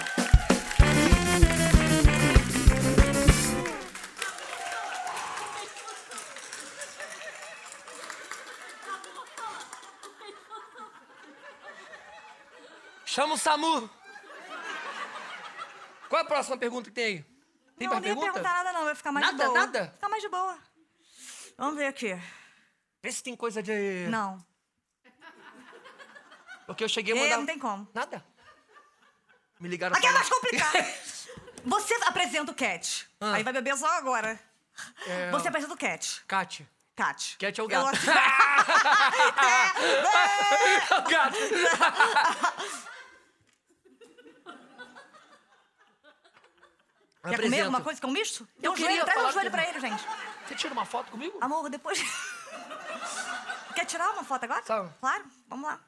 Chama o SAMU. Qual é a próxima pergunta que tem aí? Tem Não, mais nem ia pergunta? perguntar nada não, vai ficar mais de Nada, boa. nada? Ficar mais de boa. Vamos ver aqui. Vê se tem coisa de... Não. Porque eu cheguei a mandar... Não tem como. Nada. Me ligaram... Aqui é mais falando- complicado. Você apresenta o Cat. Aí vai beber só agora. Você apresenta o Cat. Cat. Cat. Cat é o gato. É o gato. Quer comer alguma coisa que é um misto? Tem um queria joelho, traz um falar joelho que- pra ele, gente. Você tira uma foto comigo? Amor, depois... Quer tirar uma foto agora? Sabe. Claro, vamos lá.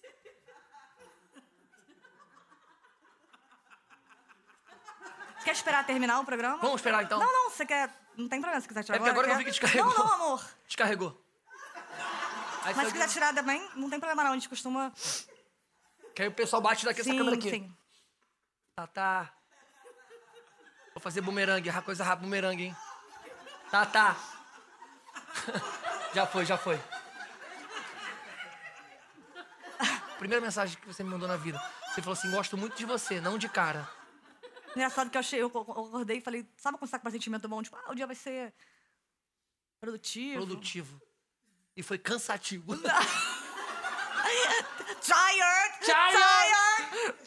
Quer esperar terminar o programa? Vamos esperar, então? Não, você quer... Não tem problema se quiser tirar É porque agora que eu quer? vi que descarregou. Não, amor. Descarregou. Aí Mas só- se quiser tirar também, não tem problema não. A gente costuma... Que aí o pessoal bate daqui essa câmera aqui. Sim. Tá. Vou fazer bumerangue, coisa rápida, bumerangue, hein? Tá. Já foi. Primeira mensagem que você me mandou na vida. Você falou assim, gosto muito de você, não de cara. Engraçado que eu acordei e falei, sabe quando você tá com um sentimento bom? Tipo, o dia vai ser produtivo. E foi cansativo. Tired!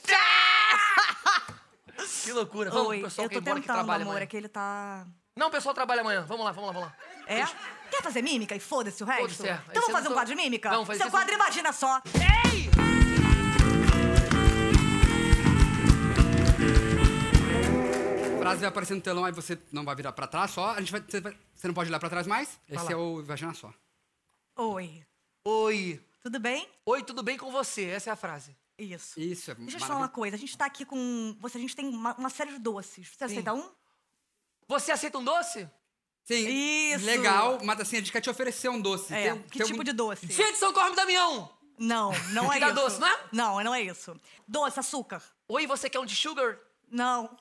Que loucura. Vamos, Oi, o pessoal eu que tô embora que tentando, trabalha amor, amanhã. é que ele tá... Não, o pessoal trabalha amanhã. Vamos lá. É? Quer fazer mímica e foda-se o resto? Foda-se, é. Aí Então você vamos fazer não um quadro de mímica? Vamos fazer Seu isso. quadro imagina só. Ei! A frase vai aparecer no telão, aí você não vai virar pra trás só. Você não pode olhar pra trás mais. Esse lá. é o Imagina Só. Oi, Oi. tudo bem? Oi, tudo bem com você? Essa é a frase. Isso. Isso, é Deixa eu te falar uma coisa, a gente tá aqui com... A gente tem uma série de doces. Você aceita um? Você aceita um doce? Sim, Isso. legal, mas assim, a gente quer te oferecer um doce. É, que tipo de doce? Dia de São Cosme e Damião. Não é Que dá isso. doce, não é? Não é isso. Doce, açúcar. Oi, você quer um de sugar? Não.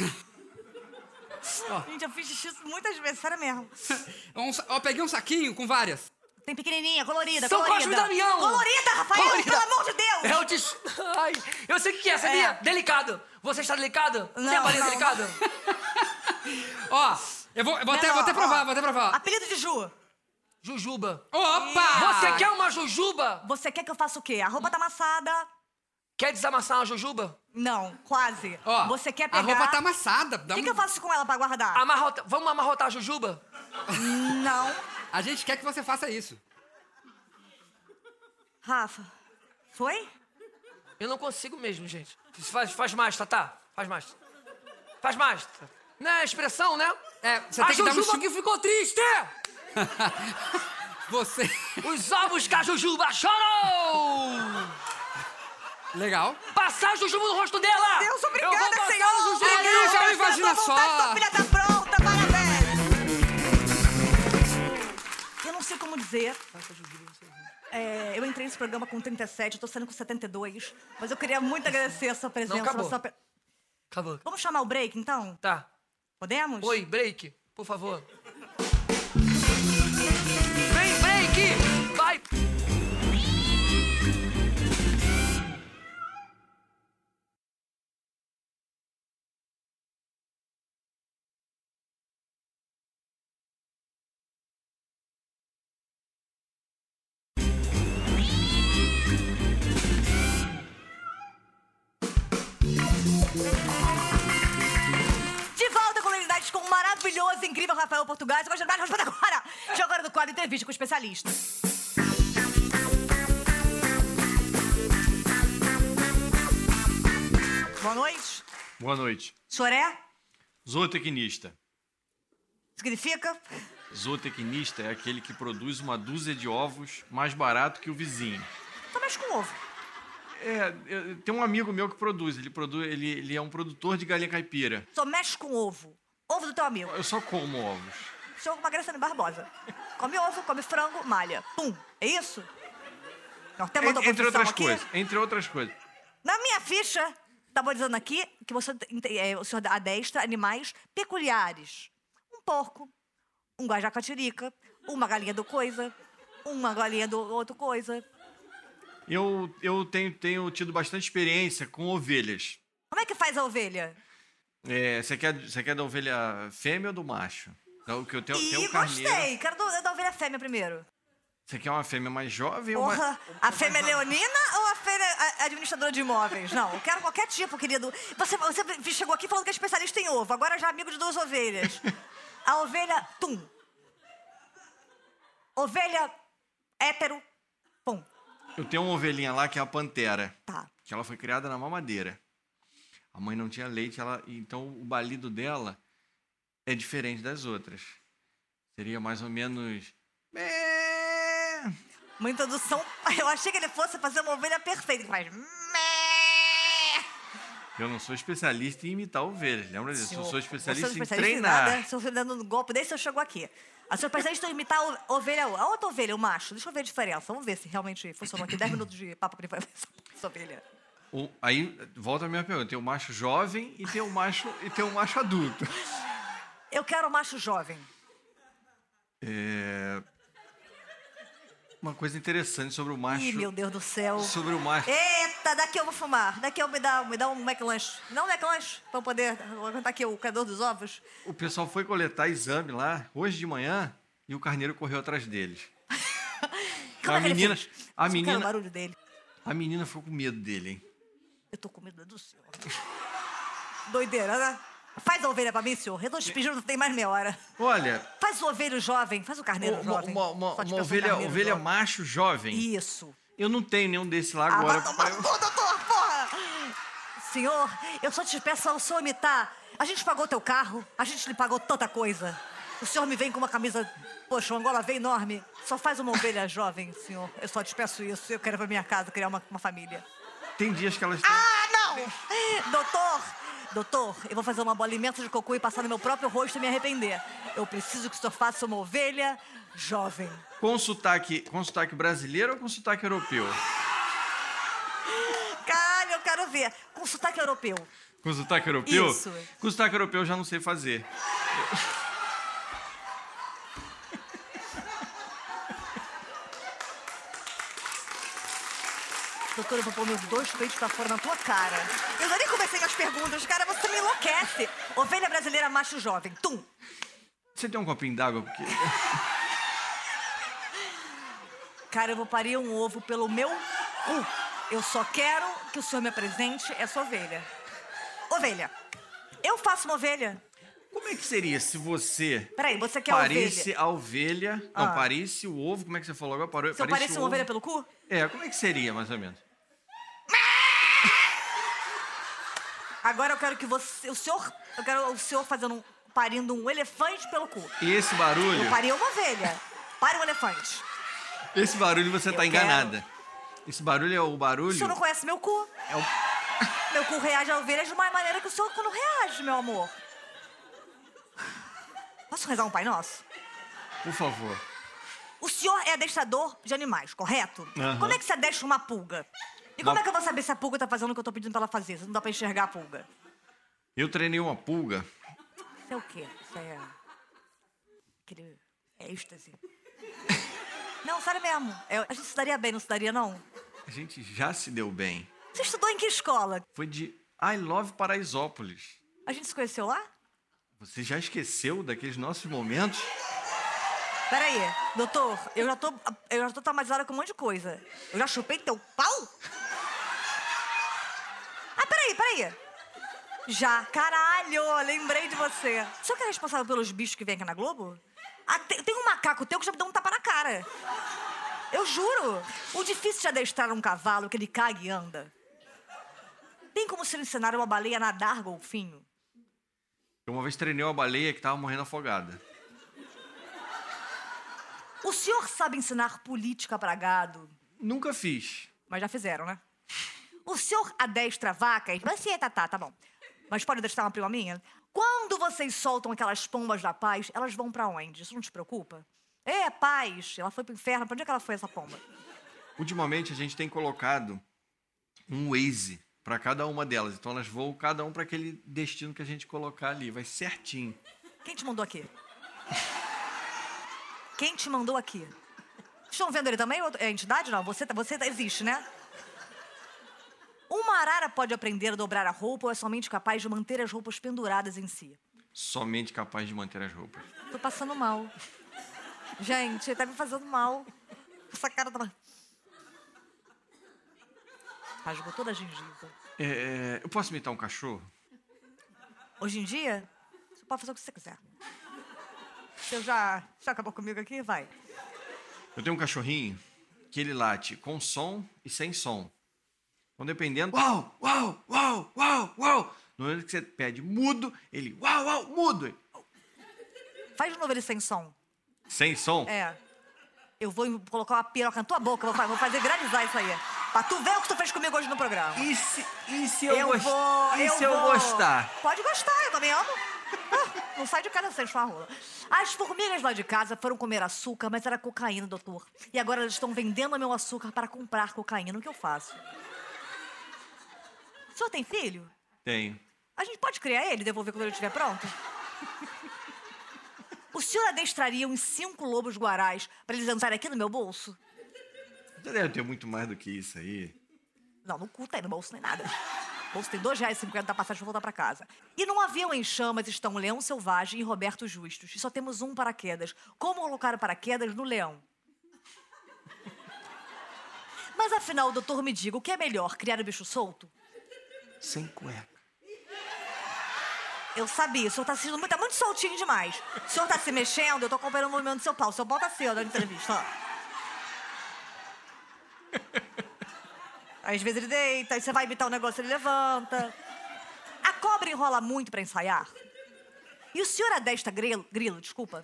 Gente, eu fiz xixi muitas vezes, sério mesmo. Eu peguei um saquinho com várias. Tem pequenininha, colorida, São colorida. Cosme e Damião. Colorida, Rafael, Colorida. pelo amor de Deus. É o de... Ai, eu sei o que é, sabia? Delicado. Você está delicado? Não, Tem a balinha não. delicada? Ó, eu vou até provar. Apelido de Ju. Jujuba. Opa! Você quer uma jujuba? Você quer que eu faça o quê? A roupa tá amassada. Quer desamassar uma jujuba? Não, quase. Ó, Você quer pegar... a roupa tá amassada. O que eu faço com ela pra guardar? Vamos amarrotar a jujuba? Não. A gente quer que você faça isso. Rafa, foi? Eu não consigo mesmo, gente. Faz mais, Tatá. Faz mais. Faz mais. Não é expressão, né? É, você A tem que dar um jujuba que ficou triste! Você... Os ovos que a jujuba chorou! Legal. passar jujubo no rosto dela! Deus, Eu vou obrigada, passar Senhor! o jujubo Obrigada, no rosto. Senhor, imagina Essa só. vontade, sua filha tá pronta, parabéns! Eu não sei como dizer. Eu entrei nesse programa com 37, eu tô saindo com 72, mas eu queria muito agradecer a sua presença. Não, acabou. a sua... Acabou. Vamos chamar o break, então? Tá. Podemos? Oi, break, por favor. Vem, break! Vai! De volta com Comunidades com o maravilhoso, incrível Rafael Portugal. Você gosta de mais? Responda agora! Chegou agora do quadro Entrevista com o Especialista. Boa noite. Boa noite. O senhor é? Zootecnista. Significa? Zootecnista é aquele que produz uma dúzia de ovos mais barato que o vizinho. Só mexe com ovo. Tem um amigo meu que produz. Ele é um produtor de galinha caipira. Só mexe com ovo. Ovo do teu amigo. Eu só como ovos. O senhor Magracene Barbosa. Come ovo, come frango, malha. Pum. É isso? Nós temos outra Entre profissão outras aqui? coisas. Entre outras coisas. Na minha ficha, tava dizendo aqui que o senhor adestra animais peculiares. Um porco, um guajacatirica, uma galinha do coisa, uma galinha do outro coisa. Eu tenho tido bastante experiência com ovelhas. Como é que faz a ovelha? Você quer da ovelha fêmea ou do macho? Então, que eu tenho um carneiro. Gostei. Quero da ovelha fêmea primeiro. Você quer uma fêmea mais jovem ou uma... Porra, a fêmea leonina ou a fêmea administradora de imóveis? Não, eu quero qualquer tipo, querido. Você chegou aqui falando que é especialista em ovo, agora já é amigo de duas ovelhas. A ovelha, tum. Ovelha hétero, pum. Eu tenho uma ovelhinha lá que é a Pantera. Tá. Que ela foi criada na mamadeira. A mãe não tinha leite, então o balido dela é diferente das outras. Seria mais ou menos... Uma introdução. Eu achei que ele fosse fazer uma ovelha perfeita. Ele faz. Eu não sou especialista em imitar ovelhas, lembra disso? Eu sou especialista Você em não é especialista treinar. Nada. Se você dando um golpe desse, eu chego aqui. A senhora especialista em imitar a ovelha. A outra ovelha, o macho. Deixa eu ver a diferença. Vamos ver se realmente funcionou aqui. 10 minutos de papo privado. Essa ovelha. Aí, volta a minha pergunta. Tem o macho jovem e tem o macho adulto. Eu quero o macho jovem. Uma coisa interessante sobre o macho... Ih, meu Deus do céu. Sobre o macho... Eita, daqui eu vou fumar. Daqui eu me dá um McLanche. Não um McLanche, pra eu poder aguentar aqui o criador dos ovos. O pessoal foi coletar exame lá, hoje de manhã, e o carneiro correu atrás deles. Como é que ele fez? A Só quero menina... o barulho dele. A menina ficou com medo dele, hein? Eu tô com medo do senhor. Doideira, né? Faz a ovelha pra mim, senhor. Eu tô te pedindo, não tem mais meia hora. Olha, Faz o ovelho jovem, faz o carneiro jovem. Só te uma peço um carneiro ovelha jovem. macho jovem. Isso. Eu não tenho nenhum desse lá agora. Doutor, porra! Senhor, eu só te peço ao senhor imitar. A gente pagou teu carro, a gente lhe pagou tanta coisa. O senhor me vem com uma camisa, poxa, uma gola bem enorme. Só faz uma ovelha jovem, senhor. Eu só te peço isso. Eu quero ir pra minha casa, criar uma família. Tem dias que elas têm... Ah, não! Doutor, eu vou fazer uma bola imensa de cocô e passar no meu próprio rosto e me arrepender. Eu preciso que o senhor faça uma ovelha jovem. Com sotaque brasileiro ou com sotaque europeu? Caralho, eu quero ver. Com sotaque europeu. Com sotaque europeu? Isso. Com sotaque europeu eu já não sei fazer. Doutor, eu vou pôr meus 2 peitos pra fora na tua cara. Eu já nem comecei as perguntas, cara, você me enlouquece. Ovelha brasileira macho jovem, tum. Você tem um copinho d'água? Porque... Cara, eu vou parir um ovo pelo meu cu. Eu só quero que o senhor me apresente essa ovelha. Ovelha, eu faço uma ovelha. Como é que seria se você... Peraí, você quer parisse ovelha? a ovelha... Não, parisse o ovo, como é que você falou agora? Se eu parisse uma ovelha pelo cu? Como é que seria, mais ou menos? Agora eu quero que você... Eu quero o senhor parindo um elefante pelo cu. E esse barulho... Eu parei uma ovelha. Pare um elefante. Esse barulho você tá enganada. Esse barulho é o O barulho? senhor não conhece meu cu? É o... Meu cu reage a ovelhas de uma maneira que o senhor não reage, meu amor. Posso rezar um Pai Nosso? Por favor. O senhor é adestrador de animais, correto? Aham. Como é que você adestra uma pulga? E como é que eu vou saber se a pulga tá fazendo o que eu tô pedindo pra ela fazer? Se não dá pra enxergar a pulga. Eu treinei uma pulga. Isso é o quê? Isso é... aquele... êxtase. Não, sério mesmo. A gente se daria bem, não se daria, não? A gente já se deu bem. Você estudou em que escola? Foi de I Love Paraisópolis. A gente se conheceu lá? Você já esqueceu daqueles nossos momentos? Peraí, doutor, eu já tô traumatizada com um monte de coisa. Eu já chupei teu pau? Ah, peraí. Já, caralho, lembrei de você. O senhor que é responsável pelos bichos que vêm aqui na Globo? Ah, tem um macaco teu que já me deu um tapa na cara. Eu juro. O difícil de adestrar um cavalo que ele caga e anda. Tem como se ensinar uma baleia a nadar, golfinho? Eu uma vez treinei uma baleia que tava morrendo afogada. O senhor sabe ensinar política pra gado? Nunca fiz. Mas já fizeram, né? O senhor adestra vacas? Você, tá bom. Mas pode adestrar uma prima minha? Quando vocês soltam aquelas pombas da paz, elas vão pra onde? Isso não te preocupa? É, paz. Ela foi pro inferno. Pra onde é que ela foi, essa pomba? Ultimamente, a gente tem colocado um Waze pra cada uma delas. Então, elas voam cada um pra aquele destino que a gente colocar ali. Vai certinho. Quem te mandou aqui? Quem te mandou aqui? Estão vendo ele também? É entidade? Não, você existe, né? Uma arara pode aprender a dobrar a roupa ou é somente capaz de manter as roupas penduradas em si? Somente capaz de manter as roupas. Tô passando mal. Gente, tá me fazendo mal. Essa cara tá... rasgou toda a gengiva. Eu posso imitar um cachorro? Hoje em dia, você pode fazer o que você quiser. Você já acabou comigo aqui? Vai. Eu tenho um cachorrinho que ele late com som e sem som. Então, dependendo... Uau, uau, uau, uau, uau. No momento que você pede mudo, ele... Uau, uau, mudo. Faz de novo ele sem som. Sem som? É. Eu vou colocar uma piroca na tua boca, vou fazer viralizar isso aí. Pra tu ver o que tu fez comigo hoje no programa. E se eu vou gostar? Pode gostar, eu também amo. Não sai de casa sem uma rola. As formigas lá de casa foram comer açúcar, mas era cocaína, doutor. E agora elas estão vendendo meu açúcar para comprar cocaína. O que eu faço? O senhor tem filho? Tenho. A gente pode criar ele e devolver quando ele estiver pronto? O senhor adestraria uns 5 lobos guarais para eles entrarem aqui no meu bolso? Você deve ter muito mais do que isso aí. Não, no cu tem, no bolso nem nada. O bolso tem R$2,50 da passagem pra voltar pra casa. E num avião em chamas estão Leão Selvagem e Roberto Justus. E só temos um paraquedas. Como colocar o paraquedas no leão? Mas afinal, doutor, me diga, o que é melhor, criar o bicho solto? Sem cueca. Eu sabia, o senhor tá sendo muito soltinho demais. O senhor tá se mexendo, eu tô acompanhando o movimento do seu pau. O seu pau tá assim, ó, na entrevista, ó. Às vezes ele deita, aí você vai imitar um negócio, ele levanta. A cobra enrola muito pra ensaiar. E o senhor adestra grilo, desculpa.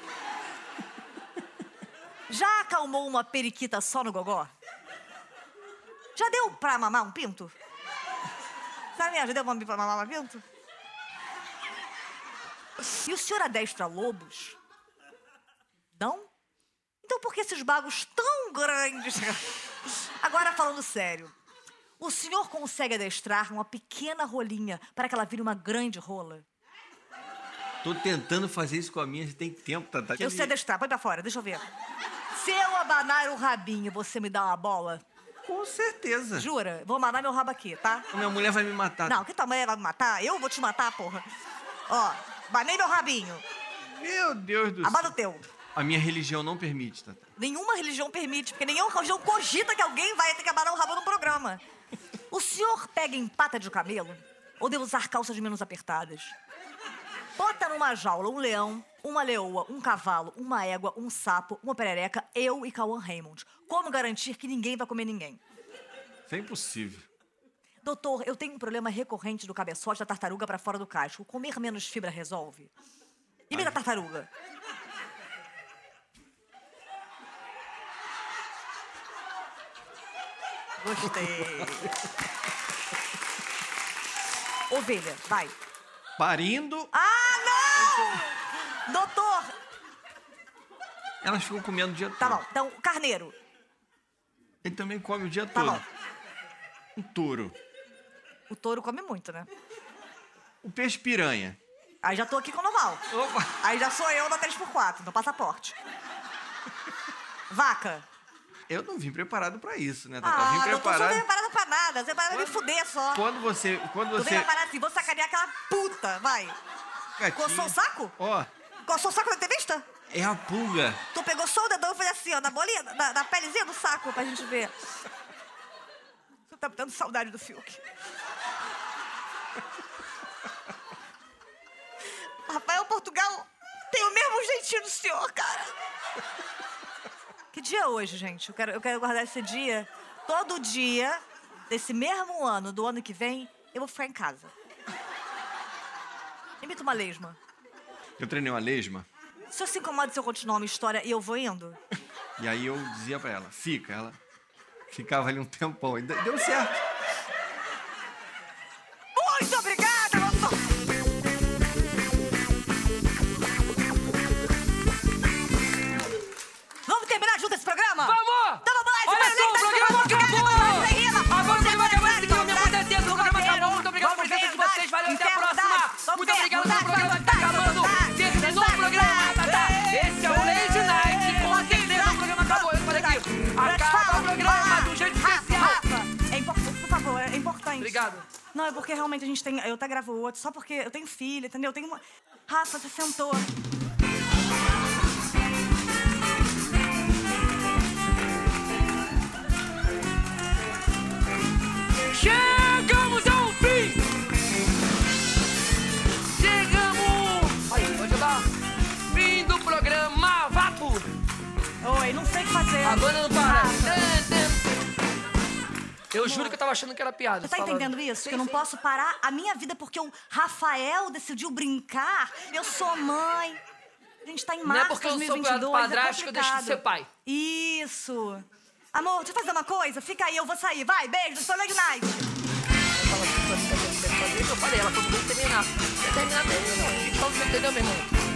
Já acalmou uma periquita só no gogó? Já deu pra mamar um pinto? Sabe, já deu pra mamar um pinto? E o senhor adestra lobos? Não? Então por que esses bagos tão grandes? Agora, falando sério, o senhor consegue adestrar uma pequena rolinha para que ela vire uma grande rola? Tô tentando fazer isso com a minha, já tem tempo, Tata. Eu sei adestrar, põe pra fora, deixa eu ver. Se eu abanar o rabinho, você me dá uma bola? Com certeza. Jura? Vou abanar meu rabo aqui, tá? Minha mulher vai me matar. Não, que tua mãe vai me matar? Eu vou te matar, porra. Ó, abanei meu rabinho. Meu Deus do Abana céu. o teu. A minha religião não permite, Tata. Nenhuma religião permite, porque nenhuma religião cogita que alguém vai ter que abanar o rabo no programa. O senhor pega em pata de camelo? Ou deve usar calças menos apertadas? Bota numa jaula um leão, uma leoa, um cavalo, uma égua, um sapo, uma perereca, eu e Cauã Raymond. Como garantir que ninguém vai comer ninguém? Isso é impossível. Doutor, eu tenho um problema recorrente do cabeçote da tartaruga pra fora do casco. Comer menos fibra resolve? Imita a tartaruga. Gostei. Ovelha, vai. Parindo, Ah, não! Doutor! elas ficam comendo o dia todo. Tá bom, então, carneiro. Ele também come o dia Tá todo. bom. Um touro. O touro come muito, né? O peixe piranha. Aí já tô aqui com o normal. Opa! Aí já sou eu da 3x4, no passaporte. Vaca. Eu não vim preparado pra isso, né, Tata? Ah, Vim doutor, você não preparado... vem preparada pra nada. Você vai me fuder só. Quando você... Tu vem preparada assim, vou sacanear aquela puta, vai. Gatinha. Coçou o saco? Ó, Coçou o saco na entrevista? é a pulga. Tu pegou só o dedão e fez assim, ó, na bolinha, na pelezinha do saco, pra gente ver. Você tá me dando saudade do Fiuk. Rafael Portugal tem o mesmo jeitinho do senhor, cara. Que dia é hoje, gente? Eu quero guardar esse dia. Todo dia desse mesmo ano, do ano que vem, eu vou ficar em casa. Imita uma lesma. Eu treinei uma lesma, O senhor se incomoda se eu continuar uma história e eu vou indo? e aí eu dizia pra ela, fica. Ela ficava ali um tempão. E deu certo. Muito obrigada, doutor! Vamos terminar junto esse programa? Vamos! Então vamos lá, Olha só, o programa acabou! Agora o programa acabou, esse programa aconteceu, o programa acabou. Muito obrigado por presença de vocês, valeu, até a próxima! Muito obrigado pelo programa que tá acabando! Terminou o programa, tá? Esse é o Lady Night, com certeza o programa acabou. Eu falei aqui, acaba o programa de um jeito especial. Rafa, é importante, por favor, é importante. Obrigado. Não, é porque realmente a gente tem... Eu até gravo outro, só porque eu tenho filha, entendeu? Eu tenho uma... Rafa, você sentou. Chegamos ao fim! Chegamos! Aí, pode jogar. Fim do programa Vapo! Oi, não sei o que fazer. A banda não para. Rafa, Eu juro que eu tava achando que era piada. você tá falando. entendendo isso? Sim, Que eu não sim. posso parar a minha vida porque o Rafael decidiu brincar. Eu sou mãe. A gente tá em Não março é porque eu de sou 2022, padrasto que eu deixo de complicado. ser pai. Isso. Amor, deixa eu fazer uma coisa. Fica aí, eu vou sair. Vai, beijo, eu sou Lady Night. Eu falei, ela falou que tem que terminar. Você terminar mesmo, não. A gente não entendeu, meu irmão.